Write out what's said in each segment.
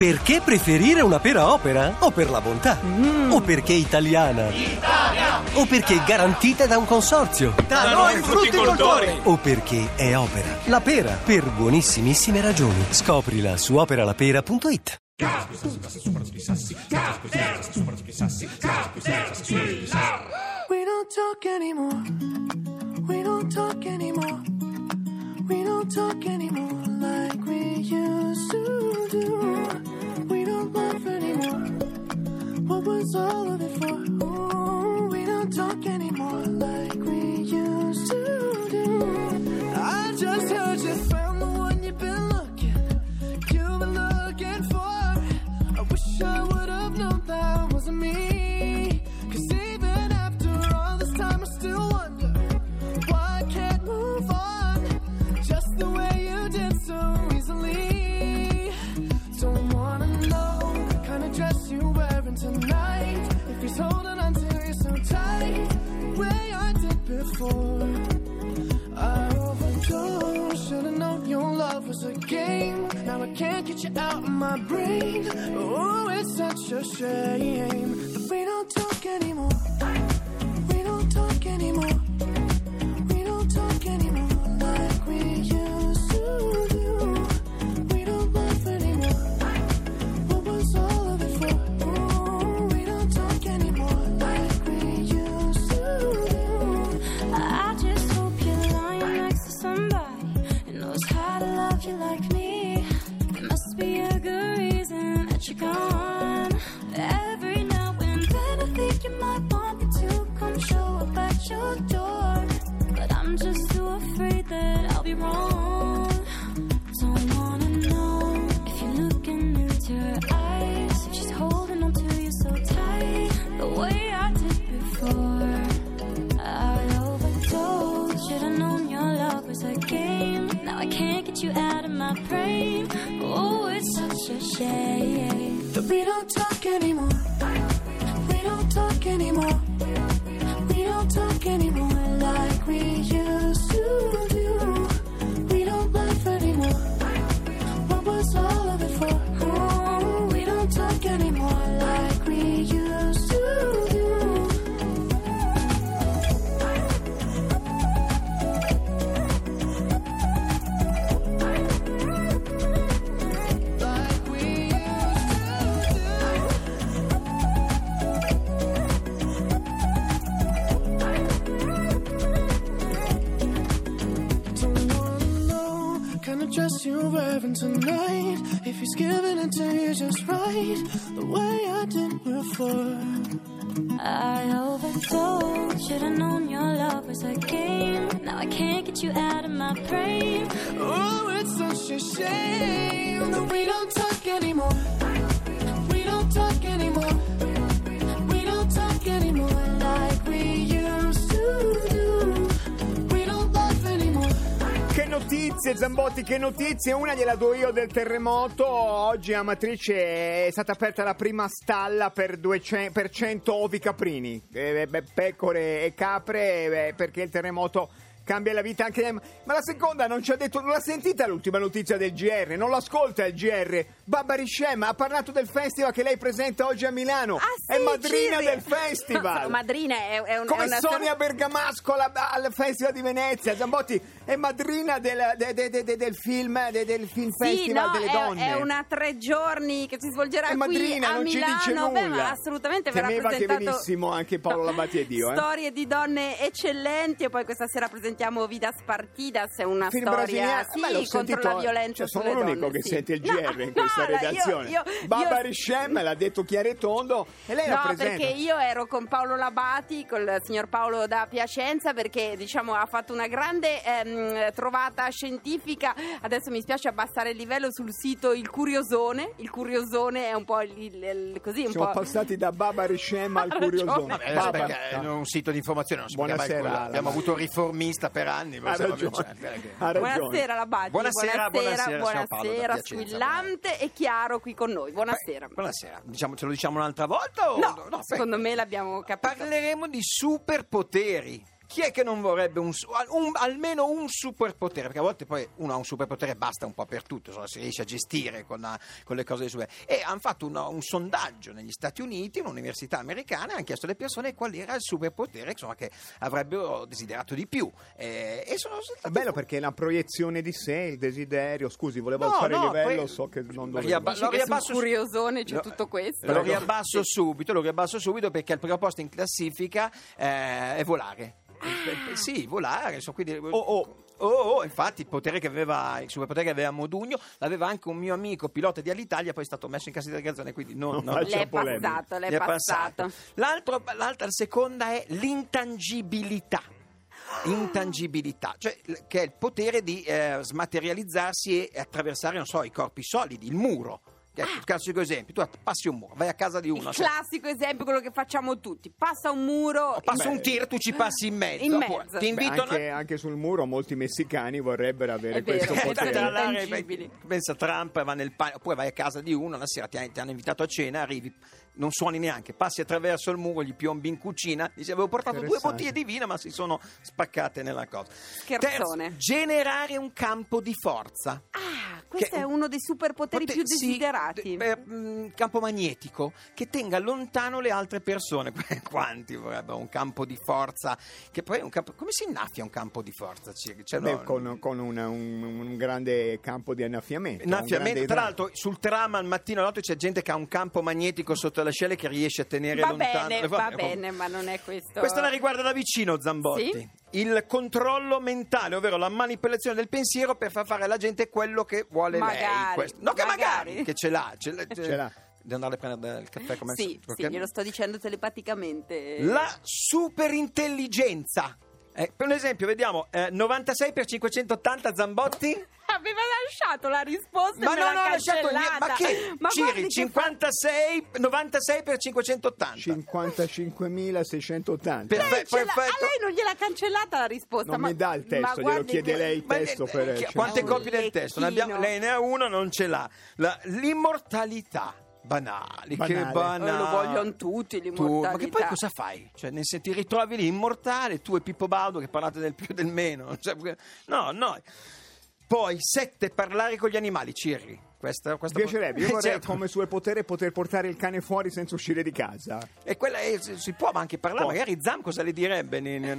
Perché preferire una pera Opera? O per la bontà? O perché italiana? Italia! O perché garantita da un consorzio? Da noi frutticoltori! O perché è Opera? La pera, per buonissimissime ragioni. Scoprila su operalapera.it. We don't talk anymore. We don't talk anymore. We don't talk anymore like we used to do. We don't laugh anymore. What was all of it for? Ooh, we don't talk anymore like we used to do. I just heard you found the one you've been looking for. I wish I would have known that wasn't me. 'Cause even after all this time I still wonder why I can't move on just the way you did so easily. Don't wanna know the kind of dress you're wearing tonight, if he's holding on to you so tight, the way I did before. I overdosed, should've known your love was a game. Now I can't get you out of my brain. Oh, it's such a shame that we don't talk anymore. We don't talk anymore. We don't talk anymore like we used to do. We don't laugh anymore. What was all of it for? Ooh, we don't talk anymore like we used to do. I just hope you're lying next to somebody who knows how to love you like me. There must be a good reason that you're gone. Every now and then I think you might want me to come show up at your door, but I'm just too afraid that I'll be wrong. Don't wanna know if you're looking into her eyes, if she's holding on to you so tight, the way I did before. I overdosed, should've known your love was a game. Now I can't get you out of my brain. Oh, it's such a shame that we don't talk anymore. We don't talk anymore. We don't talk anymore like we used to do. We don't laugh anymore. What was all of it for? Oh, we don't talk anymore like we used to do. Like we used to do. Don't wanna know kind of dress you're wearing tonight, if he's giving it to you just right, the way I did before. I overdosed, should've known your love was a game. Now I can't get you out of my brain. Oh, it's such a shame that we don't talk anymore. We don't talk anymore. We don't talk anymore like we used to do. We don't laugh anymore. Che notizie, Zambotti, che notizie. Una gliela do io del terremoto. Oggi a Amatrice è stata aperta la prima stalla per 100 ovi caprini, pecore e capre, perché il terremoto cambia la vita anche. Ma la seconda non ci ha detto, non l'ha sentita l'ultima notizia del GR, non l'ascolta il GR. Baba Rishem ha parlato del festival che lei presenta oggi a Milano. Sì, è madrina Cirri. del festival. Madrina è come una Sonia Bergamasco al Festival di Venezia. Zambotti è madrina del film Festival no, delle donne. È una 3 giorni che si svolgerà è qui madrina, a non Milano. ci dice nulla. Beh, ma assolutamente verrà Temeva presentato che venissimo anche Paolo Labati ed io. Storie di donne eccellenti, e poi questa sera presentiamo Vidas Partidas, è una film storia brasiliano. contro sentito, la violenza sono sulle l'unico donne. che Sì. sente il GR in questa no, redazione. Baba Rishem l'ha detto chiaro e tondo e lei la No, presenta. perché io ero con Paolo Labati, col signor Paolo da Piacenza, perché diciamo ha fatto una grande trovata scientifica. Adesso mi spiace abbassare il livello sul sito Il Curiosone. Il Curiosone è un po' così un Siamo po'. passati da Baba Rishem al Curiosone. Vabbè, Baba. perché è un sito di informazione, non si può chiamare Buonasera, quello. Alan. Abbiamo avuto un riformista per anni. Ha ragione. Ha ragione. Buonasera Labati. Buonasera, signor Paolo da Piacenza. Squillante e chiaro qui con noi. Buonasera. Buonasera. Ce lo diciamo un'altra volta? O... No, secondo me l'abbiamo capito. Parleremo di superpoteri. chi è che non vorrebbe almeno un superpotere? Perché a volte poi uno ha un superpotere e basta un po' per tutto, insomma, si riesce a gestire con le cose super. E hanno fatto un sondaggio negli Stati Uniti, un'università americana, hanno chiesto alle persone qual era il superpotere, insomma, che avrebbero desiderato di più. E sono È bello perché la proiezione di sé, il desiderio. Scusi, volevo alzare il livello, so che non dovevo. Dici che sul curiosone c'è tutto questo. Lo riabbasso subito perché al primo posto in classifica è volare. Sì, volare, quindi infatti il superpotere che aveva Modugno l'aveva anche un mio amico pilota di Alitalia, poi è stato messo in cassa integrazione, quindi non l'è passato. L'altra, la seconda è l'intangibilità. Intangibilità, cioè che è il potere di smaterializzarsi e attraversare, non so, i corpi solidi, il muro. Che è il classico esempio, tu passi un muro, vai a casa di uno. Il classico esempio, quello che facciamo tutti: passa un muro, passa un tir, tu ci passi in mezzo. Ti invito anche sul muro molti messicani vorrebbero avere questo potere. Pensa, Trump va nel poi vai a casa di uno, la sera ti hanno invitato a cena, arrivi, non suoni neanche, passi attraverso il muro, gli piombi in cucina, dice avevo portato 2 bottiglie di vino ma si sono spaccate nella cosa. Scherzone. Terzo, generare un campo di forza. Questo è uno dei superpoteri più desiderati. Campo magnetico che tenga lontano le altre persone. Quanti vorrebbero un campo di forza? Che poi come si innaffia un campo di forza? Con un grande campo di innaffiamento. Tra l'altro sul tram al mattino notte c'è gente che ha un campo magnetico sotto l'ascella che riesce a tenere lontano. Va bene, ma non è questo. Questa la riguarda da vicino, Zambotti. Sì? Il controllo mentale, ovvero la manipolazione del pensiero per far fare alla gente quello che vuole lei. No, che magari che ce l'ha. Devo andare a prendere il caffè come Sì, glielo sto dicendo telepaticamente. La superintelligenza. Per un esempio, vediamo 96 per 580 Zambotti. Aveva lasciato la risposta ma e me l'ha cancellata. Ma che? Ciri, 96 per 580. 55.680. Perfetto. A lei non gliel'ha cancellata la risposta. Non mi dà il testo, glielo chiede lei il testo. Quante copie del testo? Lei ne ha una, non ce l'ha. L'immortalità. Banali, che banali. Lo vogliono tutti l'immortalità. Ma che poi cosa fai? Cioè, ti ritrovi lì immortale, tu e Pippo Baudo che parlate del più e del meno. Cioè, no. Poi 7, parlare con gli animali, Cirri. Questa piacerebbe, io vorrei come superpotere poter portare il cane fuori senza uscire di casa. E quella si può anche parlare, magari Zam cosa le direbbe?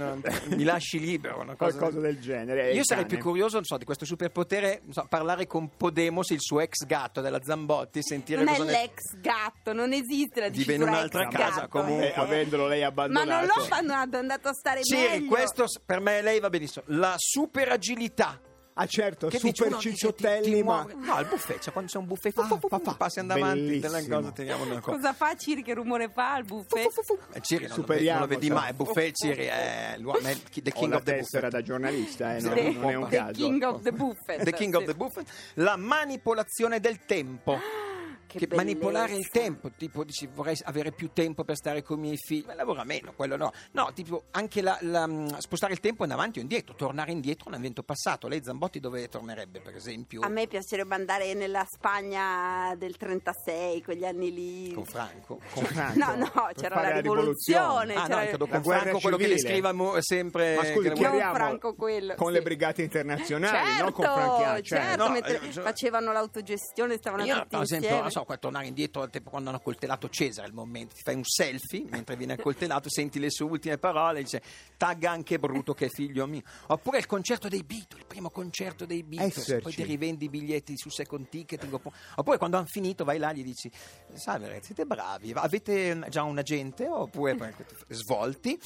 Mi lasci libero, qualcosa del genere. Io sarei più curioso, di questo superpotere, parlare con Podemos, il suo ex gatto della Zambotti, sentire non cosa è l'ex gatto, non esiste la dicitura vive in un'altra casa gatto. comunque, avendolo lei abbandonato. Ma non l'ho abbandonato, è andato a stare meglio. Questo per me lei va benissimo. La superagilità. Ah certo, che super cicciottelli, ma no, al buffet, cioè quando c'è un buffet passi andando avanti della cosa, teniamo una cosa. Cosa fa Ciri, che rumore fa al buffet? Ciri non lo vedi mai, buffet Ciri è the king of the buffet. Da giornalista, non è un caso. The king of the buffet. The king of the buffet. La manipolazione del tempo. Che manipolare il tempo, tipo dici vorrei avere più tempo per stare con i miei figli, ma lavora meno, quello no, tipo anche spostare il tempo in avanti o indietro, tornare indietro a un evento passato. Lei Zambotti dove tornerebbe, per esempio? A me piacerebbe andare nella Spagna del 36, quegli anni lì con Franco. No, c'era la rivoluzione. Con Franco, quello che le scriva sempre. Ma scusi, Franco quello con le brigate internazionali, certo, no con Franchiano. Certo, facevano l'autogestione, stavano tutti insieme. Tornare indietro al tempo quando hanno accoltellato Cesare, il momento ti fai un selfie mentre viene accoltellato, senti le sue ultime parole, dice tagga anche Bruto che è figlio mio. Oppure il concerto dei Beatles, il primo concerto dei Beatles, poi ti rivendi i biglietti su second ticket. Oppure quando hanno finito vai là e gli dici salve, siete bravi, avete già un agente? Oppure svolti.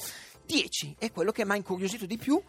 10 è quello che mi ha incuriosito di più,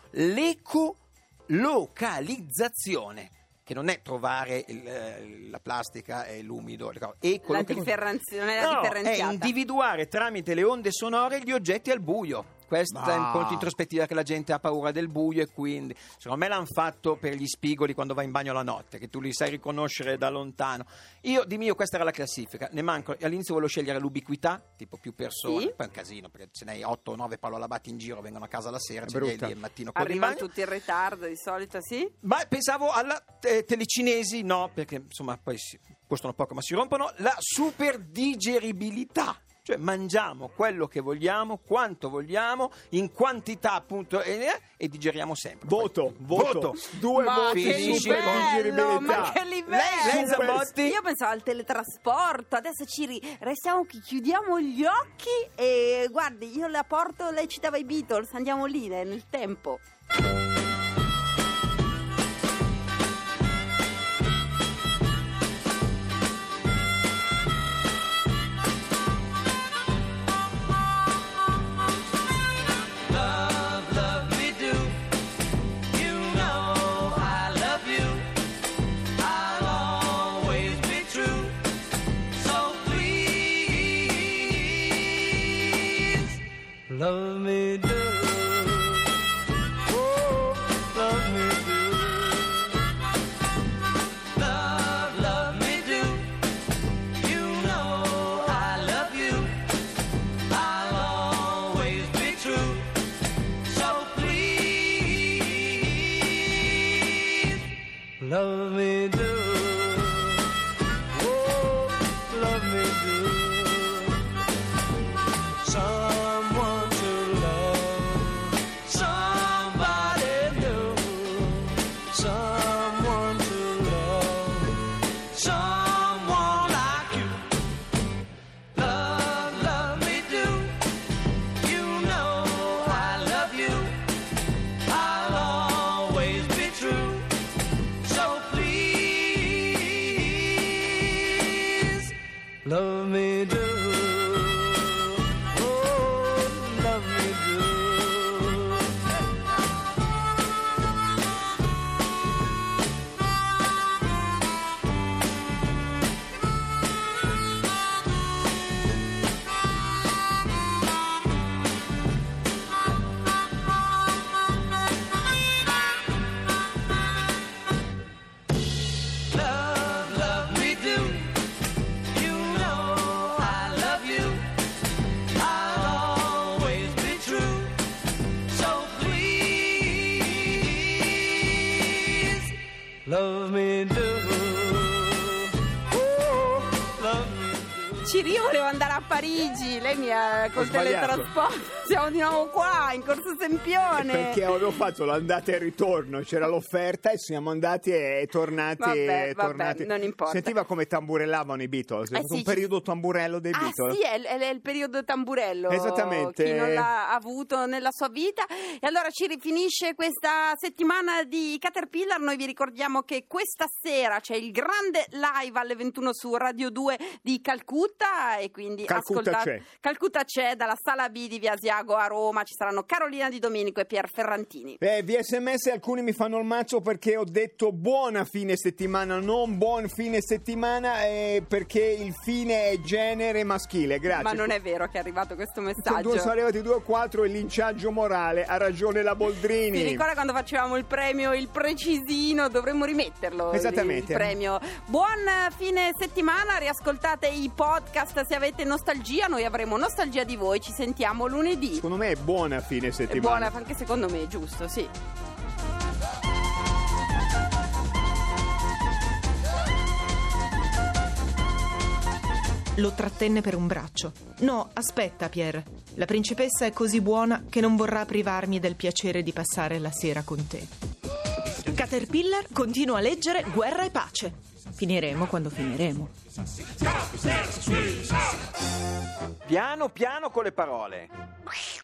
l'ecolocalizzazione, che non è trovare la plastica e l'umido, la differenziata. È individuare tramite le onde sonore gli oggetti al buio. Questa è un po' introspettiva, che la gente ha paura del buio, e quindi secondo me l'hanno fatto per gli spigoli quando vai in bagno la notte, che tu li sai riconoscere da lontano. Questa era la classifica, ne manco. All'inizio volevo scegliere l'ubiquità, tipo più persone, sì. Poi è un casino perché ce n'hai 8 o 9 palolabati in giro, vengono a casa la sera, ce li al mattino arrivano tutti in ritardo di solito, sì. Ma pensavo alla telecinesi, no, perché insomma poi costano poco ma si rompono. La superdigeribilità. Cioè mangiamo quello che vogliamo, quanto vogliamo, in quantità appunto e digeriamo sempre. Voto. 2 Ma voti che di super livello, digeribilità. ma che livello! Lei Zambotti? Io pensavo al teletrasporto, adesso restiamo qui, chiudiamo gli occhi e guardi, io la porto, lei citava i Beatles, andiamo lì nel tempo. Love me do, oh, love me do. Love me do. You know I love you. I'll always be true. So please, love me do. Oh, love me do. Someone to love, somebody new, someone to love, someone like you. Love me do. You know I love you. I'll always be true. So please, love me do. Love me do. Oh, love me do. Io volevo andare a Parigi, lei mi ha col sbagliato. teletrasporto. Siamo di nuovo qua in Corso Sempione. Perché avevo fatto l'andata e il ritorno, c'era l'offerta e siamo andati e tornati. Vabbè, tornati. non importa. Sentiva come tamburellavano i Beatles, è sì, un periodo tamburello dei Beatles. Sì, è il periodo tamburello. Esattamente. Chi non l'ha avuto nella sua vita. E allora ci rifinisce questa settimana di Caterpillar. Noi vi ricordiamo che questa sera c'è il grande live alle 21 su Radio 2 di Calcutta e quindi Calcutta c'è dalla Sala B di Via Asiago a Roma. Ci saranno Carolina Di Domenico e Pier Ferrantini. Via SMS alcuni mi fanno il mazzo perché ho detto buona fine settimana, non buon fine settimana, perché il fine è genere maschile. Grazie. Ma non è vero che è arrivato questo messaggio. Sono arrivati 2-4 e linciaggio morale. Ha ragione la Boldrini. Ti ricorda quando facevamo il premio, il precisino? Dovremmo rimetterlo. Esattamente. Il premio. Buon fine settimana. Riascoltate i podcast se avete nostalgia. Noi avremo nostalgia di voi. Ci sentiamo lunedì. Secondo me è buona fine È settimana. buona, anche secondo me, giusto, sì. Lo trattenne per un braccio. No, aspetta, Pierre. La principessa è così buona che non vorrà privarmi del piacere di passare la sera con te. Caterpillar continua a leggere Guerra e pace. Finiremo quando finiremo. Piano piano con le parole.